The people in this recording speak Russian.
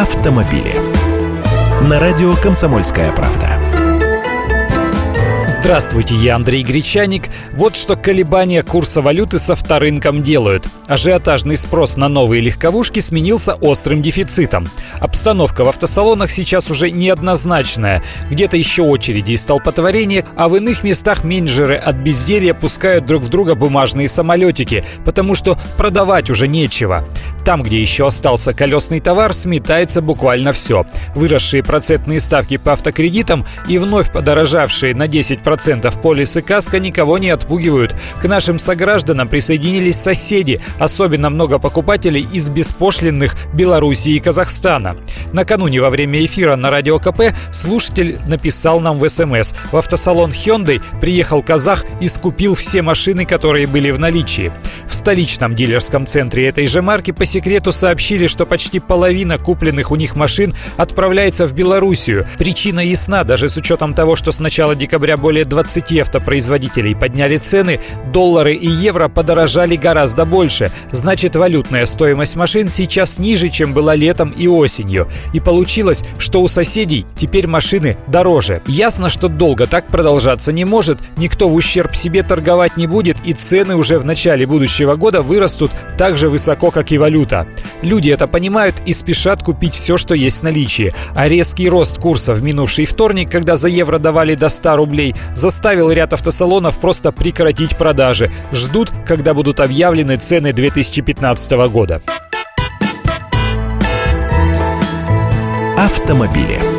автомобили. На радио «Комсомольская правда». Здравствуйте, я Андрей Гречаник. Вот что колебания курса валюты с авторынком делают. Ажиотажный спрос на новые легковушки сменился острым дефицитом. Обстановка в автосалонах сейчас уже неоднозначная. Где-то еще очереди и столпотворение, а в иных местах менеджеры от безделья пускают друг в друга бумажные самолетики, потому что продавать уже нечего. Там, где еще остался колесный товар, сметается буквально все. Выросшие процентные ставки по автокредитам и вновь подорожавшие на 10% полис и каска никого не отпугивают. К нашим согражданам присоединились соседи, особенно много покупателей из беспошлинных Белоруссии и Казахстана. Накануне во время эфира на Радио КП слушатель написал нам в СМС: в автосалон Hyundai приехал казах и скупил все машины, которые были в наличии. В столичном дилерском центре этой же марки по секрету сообщили, что почти половина купленных у них машин отправляется в Белоруссию. Причина ясна, даже с учетом того, что с начала декабря более 20 автопроизводителей подняли цены, доллары и евро подорожали гораздо больше. Значит, валютная стоимость машин сейчас ниже, чем была летом и осенью. И получилось, что у соседей теперь машины дороже. Ясно, что долго так продолжаться не может, никто в ущерб себе торговать не будет, и цены уже в начале будущего года вырастут так же высоко, как и валюта. Люди это понимают и спешат купить все, что есть в наличии. А резкий рост курса в минувший вторник, когда за евро давали до 100 рублей, заставил ряд автосалонов просто прекратить продажи. Ждут, когда будут объявлены цены 2015 года. Автомобили.